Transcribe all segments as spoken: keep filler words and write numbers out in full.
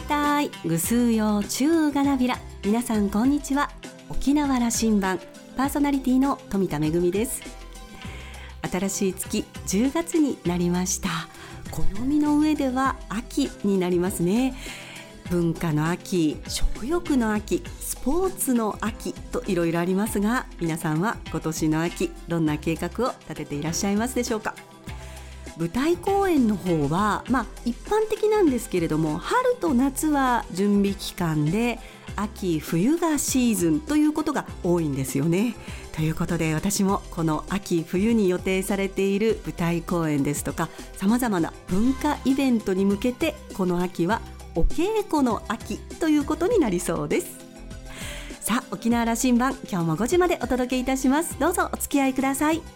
たいぐすうようちゅうがなびら。皆さんこんにちは。沖縄羅針盤パーソナリティの富田恵です。新しい月じゅうがつになりました。暦の上では秋になりますね。文化の秋、食欲の秋、スポーツの秋といろいろありますが、皆さんは今年の秋どんな計画を立てていらっしゃいますでしょうか。舞台公演の方は、まあ、一般的なんですけれども、春と夏は準備期間で、秋冬がシーズンということが多いんですよね。ということで、私もこの秋冬に予定されている舞台公演ですとか、さまざまな文化イベントに向けて、この秋はお稽古の秋ということになりそうです。さあ、沖縄羅針盤、今日もごじまでお届けいたします。どうぞお付き合いください。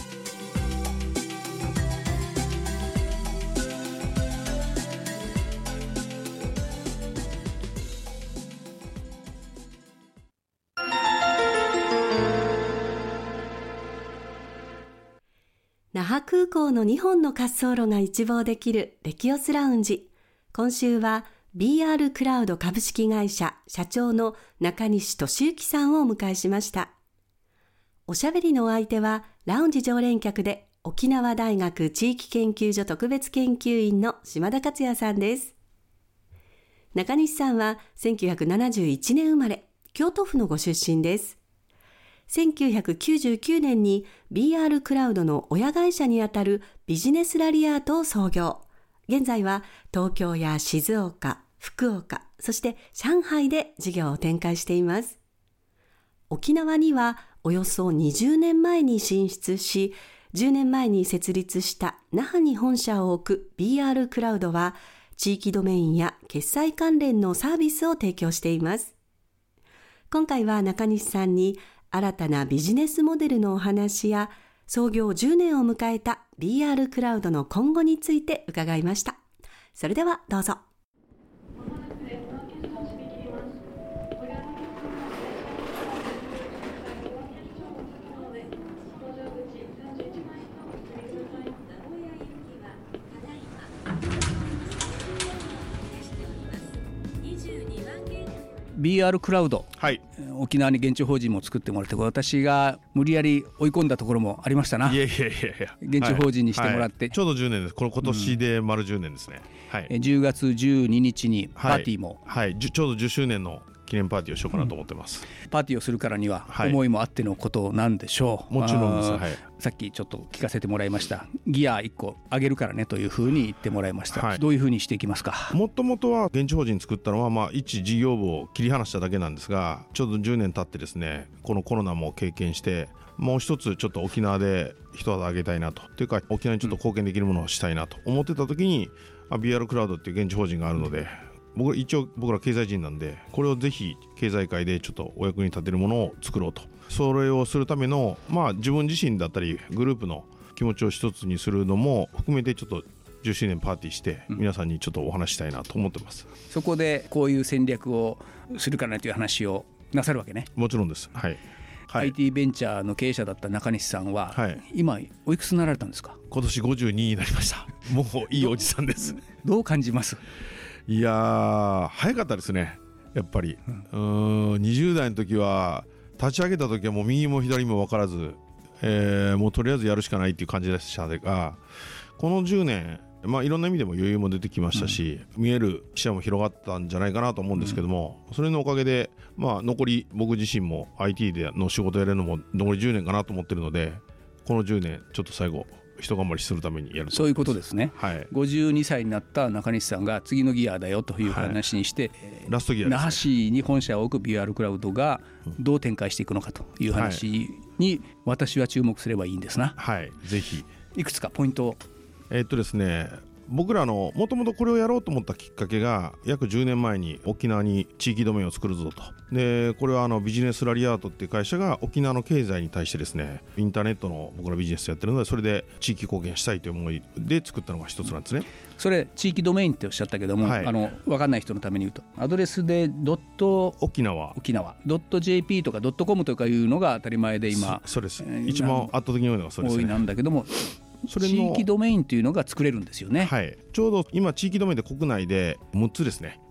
那覇空港のにほんの滑走路が一望できるレキオスラウンジ。今週は ビーアール クラウド株式会社社長の中西俊之さんをお迎えしました。おしゃべりのお相手はラウンジ常連客で沖縄大学地域研究所特別研究員の島田克也さんです。中西さんはせんきゅうひゃくななじゅういちねん生まれ、京都府のご出身です。せんきゅうひゃくきゅうじゅうきゅうねんに ビーアール クラウドの親会社にあたるビジネスラリアートを創業。現在は東京や静岡、福岡、そして上海で事業を展開しています。沖縄にはおよそにじゅうねんまえに進出し、じゅうねんまえに設立した那覇に本社を置く ビーアール クラウドは、地域ドメインや決済関連のサービスを提供しています。今回は中西さんに新たなビジネスモデルのお話や、創業じゅうねんを迎えた ビーアール クラウドの今後について伺いました。それではどうぞ。 ビーアール クラウド、はい、沖縄に現地法人も作ってもらって、私が無理やり追い込んだところもありましたな。 いやいやいやいや、 現地法人にしてもらって、 はいはい、ちょうどじゅうねんです。この今年で丸じゅうねんですね、うん、はい、 じゅうがつじゅうににちにパーティーも、 はいはい、ちょうどじゅっしゅうねんの記念パーティーをしようかなと思ってます、 うん、パーティーをするからには思いもあってのことなんでしょう、 はい、もちろんです、はい、 さっきちょっと聞かせてもらいました。ギアいっこ上げるからねというふうに言ってもらいました、はい、どういうふうにしていきますか。 もともとは現地法人作ったのは、まあ、一事業部を切り離しただけなんですが、ちょうどじゅうねん経ってですね、このコロナも経験して、もう一つちょっと沖縄で一肌上げたいなと、というか沖縄にちょっと貢献できるものをしたいなと思ってた時に、うん、ビーアール クラウドっていう現地法人があるので、僕一応僕ら経済人なんで、これをぜひ経済界でちょっとお役に立てるものを作ろうと。それをするための、まあ、自分自身だったりグループの気持ちを一つにするのも含めて、ちょっとじゅっしゅうねんパーティーして皆さんにちょっとお話したいなと思ってます、うん、 そこでこういう戦略をするかなという話をなさるわけね。 もちろんです、はいはい、 アイティー ベンチャーの経営者だった中西さんは、はい、今おいくつになられたんですか。 今年ごじゅうにになりました。もういいおじさんです。 どう感じます。 いやー、早かったですね、やっぱり、うん、うーんにじゅう代の時は立ち上げた時はもう右も左も分からず、えー、もうとりあえずやるしかないっていう感じでしたが、このじゅうねん、まあ、いろんな意味でも余裕も出てきましたし、うん、見える視野も広がったんじゃないかなと思うんですけども、うん、それのおかげで、まあ、残り僕自身も アイティー での仕事やれるのも残りじゅうねんかなと思ってるので、このじゅうねんちょっと最後一頑張りするためにやる。 そういうことですね、 はい、 ごじゅうにさいになった中西さんが次のギアだよという話にして、はい、 ラストギアですね。 那覇市に本社を置く ビーアール クラウドがどう展開していくのかという話に私は注目すればいいんですな。 はい、ぜひいくつかポイントを。 えーっとですね僕らのもともとこれをやろうと思ったきっかけが、約じゅうねんまえに沖縄に地域ドメインを作るぞと。でこれはあのビジネスラリアートっていう会社が沖縄の経済に対してですね、インターネットの僕らビジネスやってるので、それで地域貢献したいという思いで作ったのが一つなんですね。 それ地域ドメインっておっしゃったけども、はい、あの分かんない人のために言うと、アドレスでドット沖縄沖縄ドット ジェーピー とかドットコムとかいうのが当たり前で今そ, そうです、えー、一番圧倒的に多いのがそうですね。 多いなんだけども、それの地域ドメインというのが作れるんですよね。 はい、ちょうど今地域ドメインで国内でむっつですね、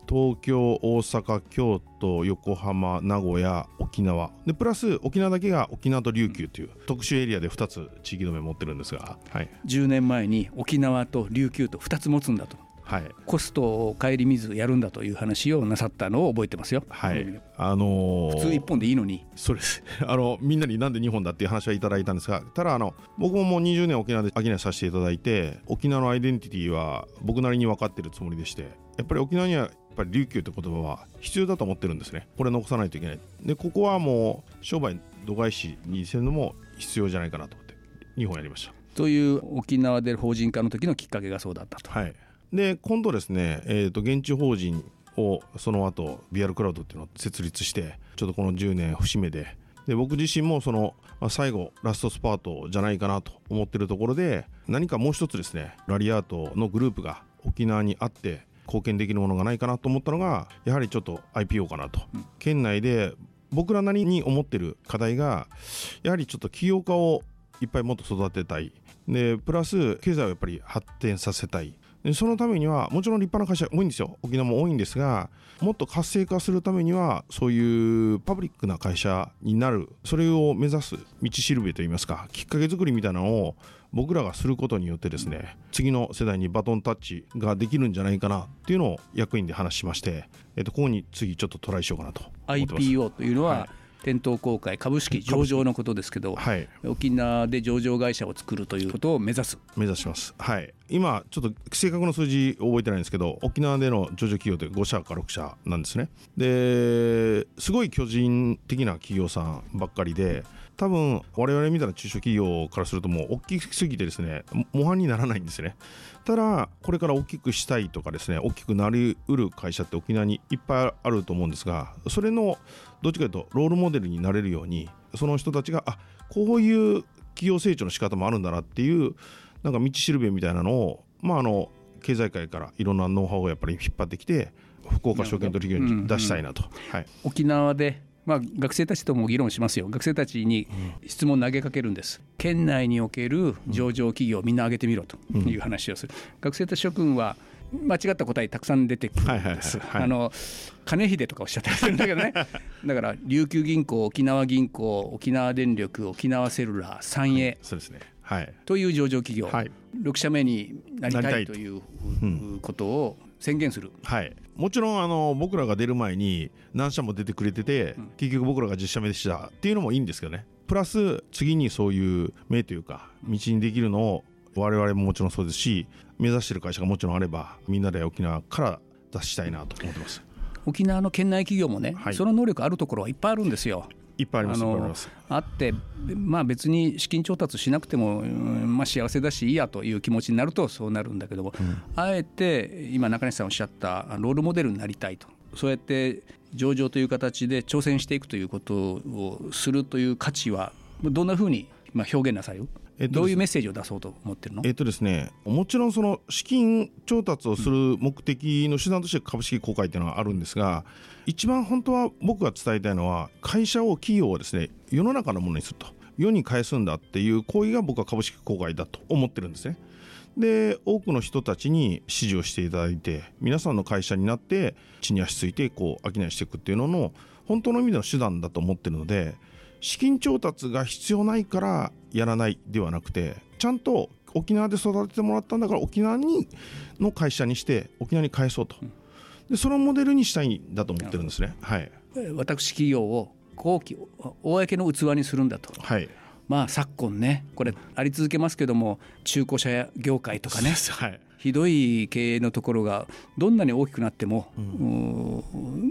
東京、大阪、京都、横浜、名古屋、沖縄でプラス沖縄だけが沖縄と琉球という特殊エリアでふたつ地域同盟を持ってるんですが、はい、 じゅうねんまえに沖縄と琉球とふたつ持つんだと、はい、コストを顧みずやるんだという話をなさったのを覚えてますよ。 はい、あのー、 普通いっぽんでいいのに。 そうですあのみんなになんでにほんだっていう話はいただいたんですが、ただあの僕ももうにじゅうねん沖縄で商いさせていただいて、沖縄のアイデンティティは僕なりに分かってるつもりでして、やっぱり沖縄にはやっぱり琉球って言葉は必要だと思ってるんですね。これ残さないといけない。でここはもう商売度外視にするのも必要じゃないかなと思ってにほんやりました。 という沖縄で法人化の時のきっかけがそうだったと。 はい。で今度ですね、えーと現地法人をその後 ビーアール クラウドっていうのを設立して、ちょっとこのじゅうねん節目で、で僕自身もその、まあ、最後ラストスパートじゃないかなと思ってるところで、何かもう一つですねラリアートのグループが沖縄にあって貢献できるものがないかなと思ったのが、やはりちょっと アイピーオー かなと、うん、県内で僕らなりに思ってる課題が、やはりちょっと起業家をいっぱいもっと育てたい、でプラス経済をやっぱり発展させたい、でそのためにはもちろん立派な会社多いんですよ、沖縄も多いんですが、もっと活性化するためにはそういうパブリックな会社になる、それを目指す道しるべといいますか、きっかけ作りみたいなのを僕らがすることによってですね、次の世代にバトンタッチができるんじゃないかなっていうのを役員で話しまして、えっと、ここに次ちょっとトライしようかなと思ってます。 アイピーオー というのは、はい、店頭公開株式上場のことですけど、はい、沖縄で上場会社を作るということを目指す目指します、はい、今ちょっと正確な数字覚えてないんですけど、沖縄での上場企業ってごしゃかろくしゃなんですね。ですごい巨人的な企業さんばっかりで、多分我々みたいな中小企業からするともう大きすぎてですね模範にならないんですね。ただこれから大きくしたいとかですね、大きくなりうる会社って沖縄にいっぱいあると思うんですが、それのどっちかというとロールモデルになれるように、その人たちがあこういう企業成長の仕方もあるんだなっていうなんか道しるべみたいなのを、まあ、あの経済界からいろんなノウハウをやっぱり引っ張ってきて福岡証券取引所に出したいなと、うんうんはい、 沖縄でまあ、学生たちとも議論しますよ。学生たちに質問投げかけるんです、うん、県内における上場企業をみんな挙げてみろという話をする、うん、学生たち諸君は間違った答えたくさん出てくるんです、はいはいはいはい、あの金秀とかおっしゃったりするんだけどねだから琉球銀行、沖縄銀行、沖縄電力、沖縄セルラー、三栄、 そうですね、はい、 という上場企業、はい、ろくしゃめになりたいということを宣言する、 はい、もちろんあの僕らが出る前に何社も出てくれてて、うん、結局僕らがじゅっしゃめでしたっていうのもいいんですけどね、プラス次にそういう目というか道にできるのを我々ももちろんそうですし、目指している会社がもちろんあればみんなで沖縄から出したいなと思ってます。 沖縄の県内企業もね、はい、その能力あるところはいっぱいあるんですよ。 いっぱいあります。 あのあって、まあ、別に資金調達しなくても、うんまあ、幸せだしいいやという気持ちになるとそうなるんだけども、うん、あえて今中西さんおっしゃったロールモデルになりたいと、そうやって上場という形で挑戦していくということをするという価値はどんなふうに表現なさる、えっと、どういうメッセージを出そうと思ってるの？ えっとですね、もちろんその資金調達をする目的の手段として株式公開というのはあるんですが、一番本当は僕が伝えたいのは会社を企業をですね世の中のものにすると、世に返すんだっていう行為が僕は株式公開だと思ってるんですね。で多くの人たちに支持をしていただいて、皆さんの会社になって地に足ついてこう商いしていくっていうのの本当の意味での手段だと思ってるので、資金調達が必要ないからやらないではなくて、ちゃんと沖縄で育ててもらったんだから沖縄にの会社にして沖縄に返そうと、でそのモデルにしたいんだと思ってるんですね、はい、 私企業を公規公の器にするんだと、はい、まあ昨今ねこれあり続けますけども、中古車業界とかね、はい、ひどい経営のところがどんなに大きくなっても、うん、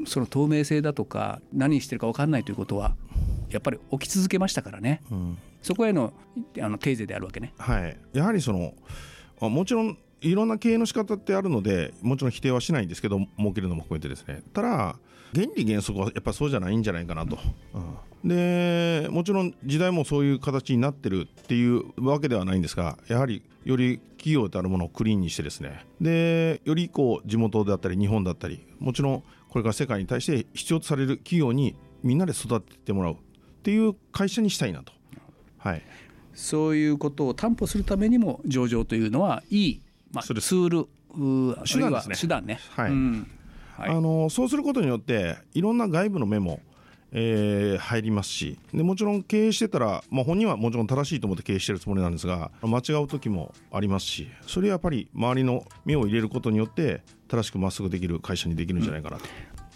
その透明性だとか何してるか分かんないということはやっぱり起き続けましたからね、うん、そこへの、あのテーゼであるわけね、 はい、やはりそのもちろんいろんな経営の仕方ってあるのでもちろん否定はしないんですけど、儲けるのも含めてですね、ただ原理原則はやっぱそうじゃないんじゃないかなと、うん、でもちろん時代もそういう形になってるっていうわけではないんですが、やはりより企業であるものをクリーンにしてですね、でよりこう地元であったり日本だったり、もちろんこれから世界に対して必要とされる企業にみんなで育ててもらうっていう会社にしたいなと、はい、 そういうことを担保するためにも上場というのはいい、まあ、ツール、 手段ですね、 手段ね、 はい、うん、 はい、あのそうすることによっていろんな外部の目も、えー、入りますし、でもちろん経営してたら、まあ、本人はもちろん正しいと思って経営してるつもりなんですが、間違う時もありますし、それはやっぱり周りの目を入れることによって正しくまっすぐできる会社にできるんじゃないかなと、うん、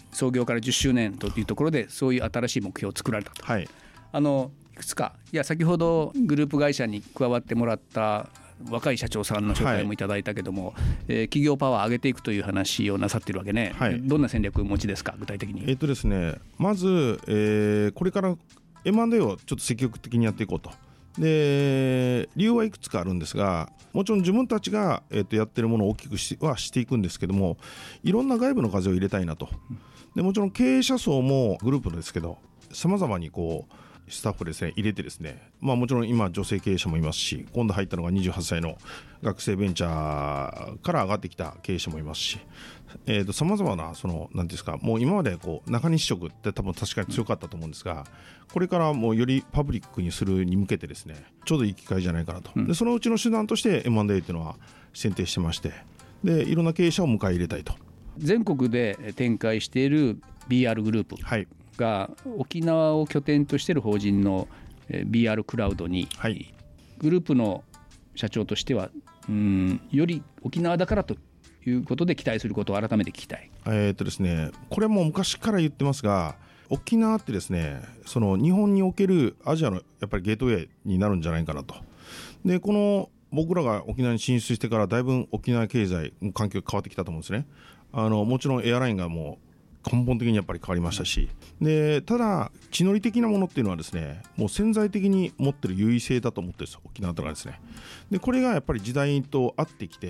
創業からじゅっしゅうねんというところでそういう新しい目標を作られたと、はい、あのいくつか、いや先ほどグループ会社に加わってもらった若い社長さんの紹介もいただいたけども、はい、えー、企業パワーを上げていくという話をなさっているわけね、はい、どんな戦略をお持ちですか、具体的に。 えーとですね、まず、えー、これから エムアンドエー をちょっと積極的にやっていこうと。で理由はいくつかあるんですが、もちろん自分たちが、えー、とやってるものを大きくしはしていくんですけども、いろんな外部の風を入れたいなと。でもちろん経営者層もグループですけどさまざまにこうスタッフですね入れてですね、まあ、もちろん今女性経営者もいますし、今度入ったのがにじゅうはっさいの学生ベンチャーから上がってきた経営者もいますし、えーと、様々なその何ですか、もう今までこう中西色って多分確かに強かったと思うんですが、これからもうよりパブリックにするに向けてですね、ちょうどいい機会じゃないかなと。でそのうちの手段として エムアンドエー っていうのは選定してまして、でいろんな経営者を迎え入れたいと。 全国で展開している ビーアール グループ、はい、が沖縄を拠点としている法人の ビーアール クラウドに、はい、グループの社長としてはうんより沖縄だからということで期待することを改めて聞きたい。 えーとですね、これも昔から言ってますが、沖縄ってですね、その日本におけるアジアのやっぱりゲートウェイになるんじゃないかなと。でこの僕らが沖縄に進出してからだいぶ沖縄経済環境が変わってきたと思うんですね。あのもちろんエアラインがもう根本的にやっぱり変わりましたし、でただ地の利的なものっていうのはですね、もう潜在的に持ってる優位性だと思ってるんですよ、沖縄とかですね。でこれがやっぱり時代と合ってきて、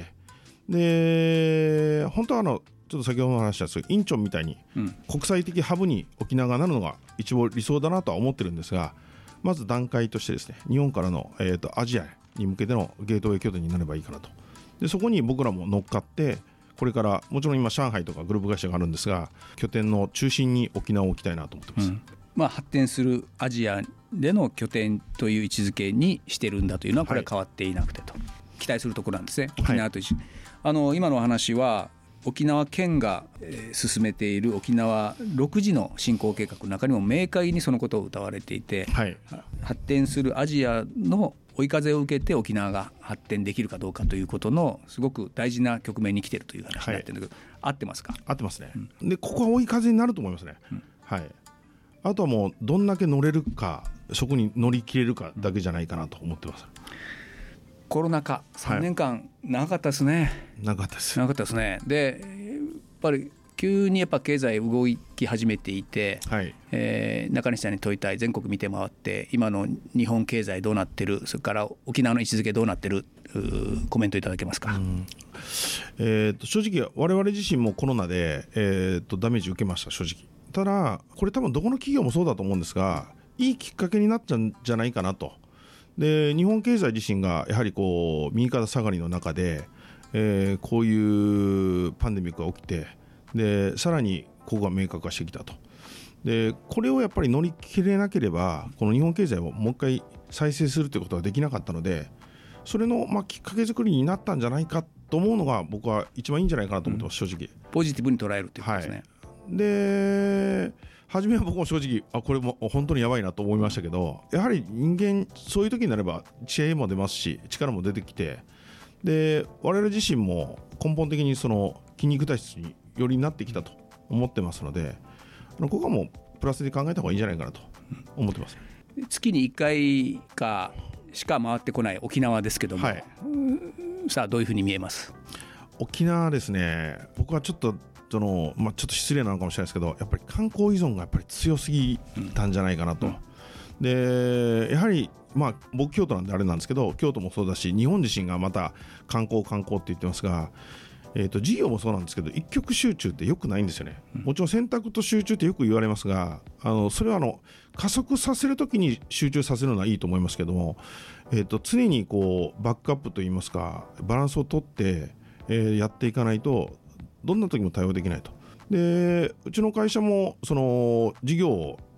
で本当はあのちょっと先ほどの話したんですけど、インチョンみたいに国際的ハブに沖縄がなるのが一番理想だなとは思ってるんですが、まず段階としてですね、日本からの、えーとアジアに向けてのゲートウェイ拠点になればいいかなと。でそこに僕らも乗っかって、これからもちろん今上海とかグループ会社があるんですが、拠点の中心に沖縄を置きたいなと思ってます、うん、 まあ、発展するアジアでの拠点という位置づけにしてるんだというのはこれは変わっていなくてと、はい、期待するところなんですね、沖縄という、はい、あの今のお話は沖縄県が進めている沖縄ろくじの振興計画の中にも明快にそのことを謳われていて、はい、発展するアジアの追い風を受けて沖縄が発展できるかどうかということのすごく大事な局面に来ているという話になってるんだけど、はい、合ってますか？ 合ってますね、うん、でここは追い風になると思いますね、うん、はい、あとはもうどんだけ乗れるか、そこに乗り切れるかだけじゃないかなと思ってます。 コロナ禍さんねんかん、はい、長かったですね。 長かったです長かったですね。でやっぱり急にやっぱ経済動き始めていて、はい、えー、中西さんに問いたい、全国見て回って今の日本経済どうなってる、それから沖縄の位置づけどうなってる、コメントいただけますか？うん、 えー、と正直我々自身もコロナで、えー、とダメージ受けました、正直。ただこれ多分どこの企業もそうだと思うんですが、いいきっかけになっちゃうんじゃないかなと。で日本経済自身がやはりこう右肩下がりの中で、えー、こういうパンデミックが起きて、でさらにここが明確化してきたと。でこれをやっぱり乗り切れなければこの日本経済をもう一回再生するということができなかったので、それのまあきっかけ作りになったんじゃないかと思うのが僕は一番いいんじゃないかなと思ってます、うん、正直ポジティブに捉えるということですね、 はい、で初めは僕も正直あこれも本当にやばいなと思いましたけど、やはり人間そういう時になれば知恵も出ますし力も出てきて、で我々自身も根本的にその筋肉体質によりなってきたと思ってますので、ここはもうプラスで考えた方がいいんじゃないかなと思ってます。 月にいっかいかしか回ってこない沖縄ですけども、はい、さあどういうふうに見えます？ 沖縄ですね、僕はちょっとその、まあ、ちょっと失礼なのかもしれないですけど、やっぱり観光依存がやっぱり強すぎたんじゃないかなと、うん、でやはりまあ僕京都なんであれなんですけど、京都もそうだし日本自身がまた観光観光って言ってますが、えーと事業もそうなんですけど一極集中ってよくないんですよね。もちろん選択と集中ってよく言われますが、あのそれはあの加速させるときに集中させるのはいいと思いますけども、えーと常にこうバックアップといいますかバランスを取って、えー、やっていかないとどんな時も対応できないと。でうちの会社もその事業を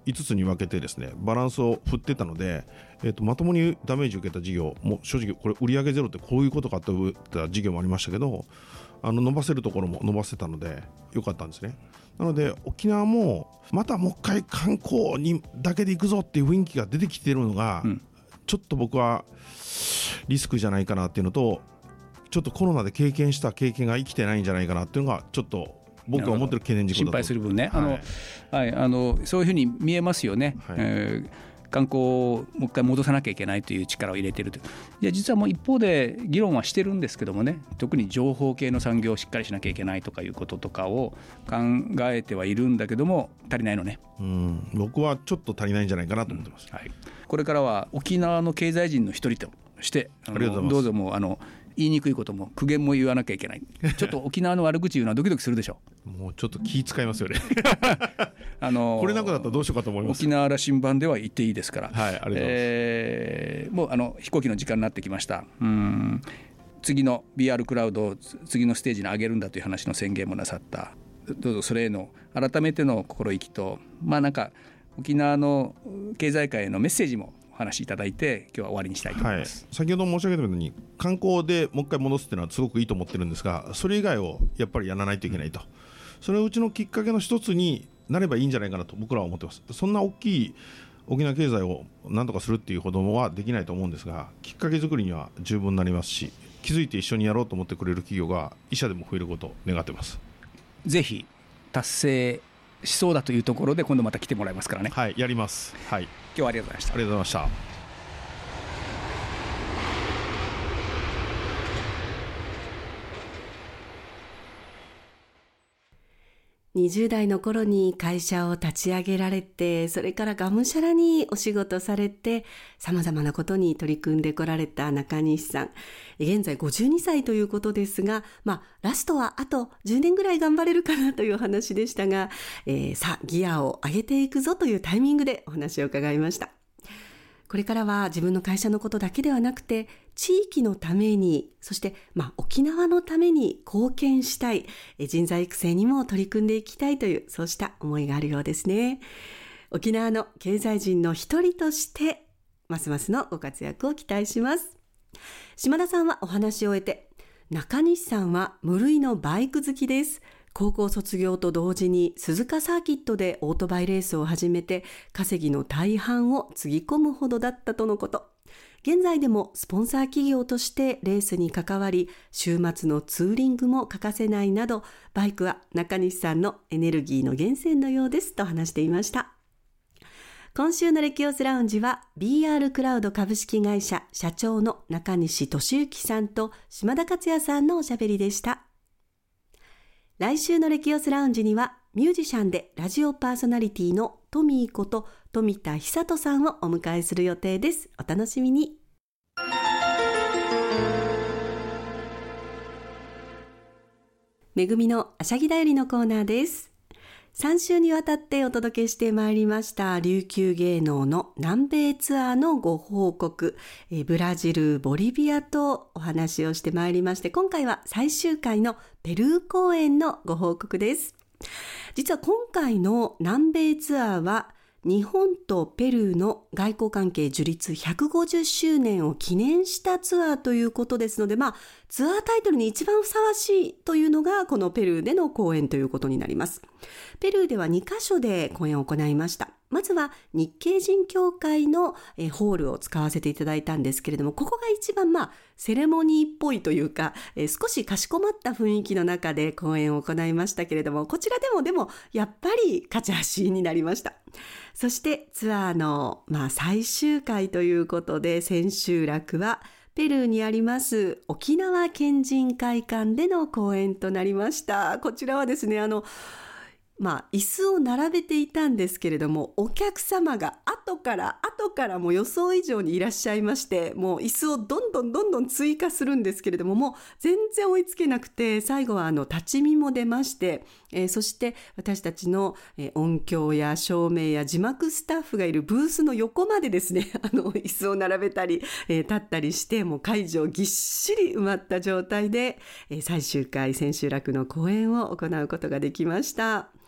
いつつに分けてですねバランスを振ってたので、えー、とまともにダメージを受けた事業も正直これ売上ゼロってこういうことかといった事業もありましたけど、あの伸ばせるところも伸ばせたので良かったんですね。なので沖縄もまたもう一回観光にだけで行くぞっていう雰囲気が出てきているのが、うん、ちょっと僕はリスクじゃないかなっていうのと、ちょっとコロナで経験した経験が生きてないんじゃないかなっていうのがちょっと僕が思ってる懸念事項だと。 心配する分ね、あの、はいはい、あのそういうふうに見えますよね、はい。えー観光をもう一回戻さなきゃいけないという力を入れていると。いや実はもう一方で議論はしてるんですけどもね、特に情報系の産業をしっかりしなきゃいけないとかいうこととかを考えてはいるんだけども足りないのね。 うん、僕はちょっと足りないんじゃないかなと思ってます、 うん、はい。これからは沖縄の経済人の一人としてあのどうぞもうあの言いにくいことも苦言も言わなきゃいけない。ちょっと沖縄の悪口言うのはドキドキするでしょ。 もうちょっと気使いますよねあのこれなくなったらどうしようかと思います。 沖縄羅針盤では言っていいですから、 はい、ありがとうございます、 えー、もうあの飛行機の時間になってきました。うん、次の ビーアール クラウドを次のステージに上げるんだという話の宣言もなさった。どうぞそれへの改めての心意気と、まあなんか沖縄の経済界へのメッセージもお話しいただいて今日は終わりにしたいと思います、 はい、先ほど申し上げたように観光でもう一回戻すっていうのはすごくいいと思ってるんですが、それ以外をやっぱりやらないといけないと、それをうちのきっかけの一つになればいいんじゃないかなと僕らは思ってます。そんな大きい沖縄経済を何とかするっていうほどはできないと思うんですが、きっかけ作りには十分になりますし、気づいて一緒にやろうと思ってくれる企業が一社でも増えることを願ってます。 ぜひ達成しそうだというところで今度また来てもらいますからね。 はい、やります、はい。今日はありがとうございました。 ありがとうございました。 にじゅう代の頃に会社を立ち上げられて、それからがむしゃらにお仕事されて、様々なことに取り組んでこられた中西さん。現在ごじゅうにさいということですが、まあ、ラストはあとじゅうねんぐらい頑張れるかなという話でしたが、えー、さあ、ギアを上げていくぞというタイミングでお話を伺いました。これからは自分の会社のことだけではなくて、地域のために、そして、まあ、沖縄のために貢献したい、人材育成にも取り組んでいきたいという、そうした思いがあるようですね。沖縄の経済人の一人として、ますますのご活躍を期待します。島田さんはお話を終えて、中西さんは無類のバイク好きです。高校卒業と同時に鈴鹿サーキットでオートバイレースを始めて、稼ぎの大半をつぎ込むほどだったとのこと。現在でもスポンサー企業としてレースに関わり、週末のツーリングも欠かせないなど、バイクは中西さんのエネルギーの源泉のようですと話していました。今週のレキオスラウンジは ビーアール クラウド株式会社社長の中西俊之さんと島田克也さんのおしゃべりでした。来週のレキオスラウンジにはミュージシャンでラジオパーソナリティのトミーこと富田久人さんをお迎えする予定です。お楽しみに。めぐみのあしゃぎだよりのコーナーです。さん週にわたってお届けしてまいりました琉球芸能の南米ツアーのご報告、えブラジル、ボリビアとお話をしてまいりまして、今回は最終回のペルー公演のご報告です。実は今回の南米ツアーは日本とペルーの外交関係樹立ひゃくごじゅっしゅうねんを記念したツアーということですので、まあツアータイトルに一番ふさわしいというのがこのペルーでの公演ということになります。ペルーではにカ所で公演を行いました。まずは日系人協会のえホールを使わせていただいたんですけれども、ここが一番まあセレモニーっぽいというか、え少しかしこまった雰囲気の中で公演を行いましたけれども、こちらでもでもやっぱり勝ち足になりました。そしてツアーのまあ最終回ということで、千秋楽はペルーにあります沖縄県人会館での公演となりました。こちらはですね、あのまあ、椅子を並べていたんですけれども、お客様が後から後からも予想以上にいらっしゃいまして、もう椅子をどんどんどんどん追加するんですけれども、もう全然追いつけなくて、最後はあの立ち見も出まして、えー、そして私たちの、えー、音響や照明や字幕スタッフがいるブースの横までですね、あの椅子を並べたり、えー、立ったりして、もう会場ぎっしり埋まった状態で、えー、最終回千秋楽の公演を行うことができました。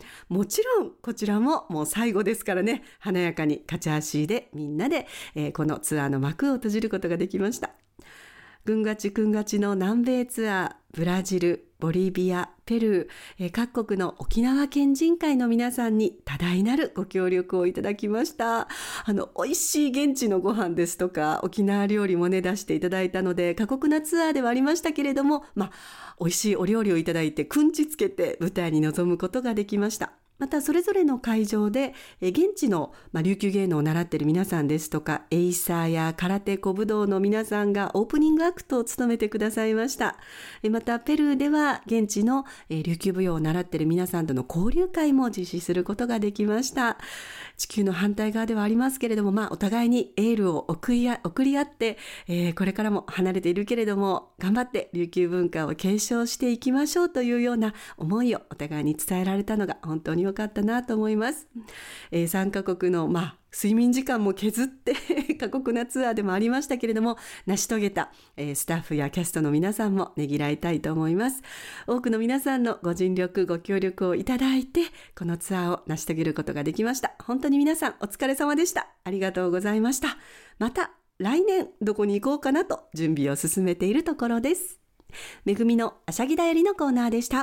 もちろんこちらももう最後ですからね、華やかにカチャーシーでみんなで、えー、このツアーの幕を閉じることができました。ぐんがちくんがちの南米ツアー、ブラジル、ボリビア、ペルー、えー、各国の沖縄県人会の皆さんに多大なるご協力をいただきました。あの美味しい現地のご飯ですとか沖縄料理もね出していただいたので、過酷なツアーではありましたけれども、まあ美味しいお料理をいただいてくんちつけて舞台に臨むことができました。またそれぞれの会場で現地の琉球芸能を習っている皆さんですとか、エイサーや空手小武道の皆さんがオープニングアクトを務めてくださいました。またペルーでは現地の琉球舞踊を習っている皆さんとの交流会も実施することができました。地球の反対側ではありますけれども、まあ、お互いにエールを送りあ、送り合って、えー、これからも離れているけれども頑張って琉球文化を継承していきましょうというような思いをお互いに伝えられたのが本当に良かったなと思います。えー、さんカ国の、まあ睡眠時間も削って過酷なツアーでもありましたけれども、成し遂げた、えー、スタッフやキャストの皆さんもねぎらいたいと思います。多くの皆さんのご尽力ご協力をいただいて、このツアーを成し遂げることができました。本当に皆さんお疲れ様でした。ありがとうございました。また来年どこに行こうかなと準備を進めているところです。めぐみのあしゃぎだよりのコーナーでした。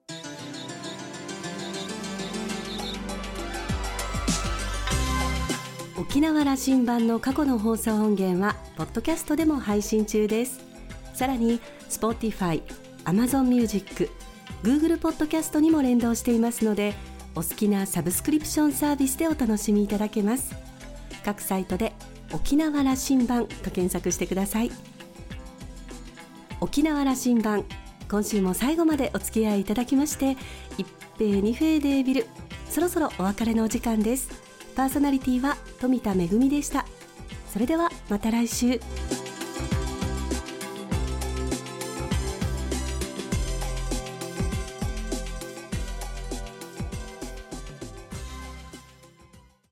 沖縄羅針盤の過去の放送音源はポッドキャストでも配信中です。さらに Spotify、Amazon Music、Google ポッドキャストにも連動していますので、お好きなサブスクリプションサービスでお楽しみいただけます。各サイトで沖縄羅針盤と検索してください。沖縄羅針盤、今週も最後までお付き合いいただきまして一平二平デービル、そろそろお別れのお時間です。パーソナリティは富田恵でした。それではまた来週。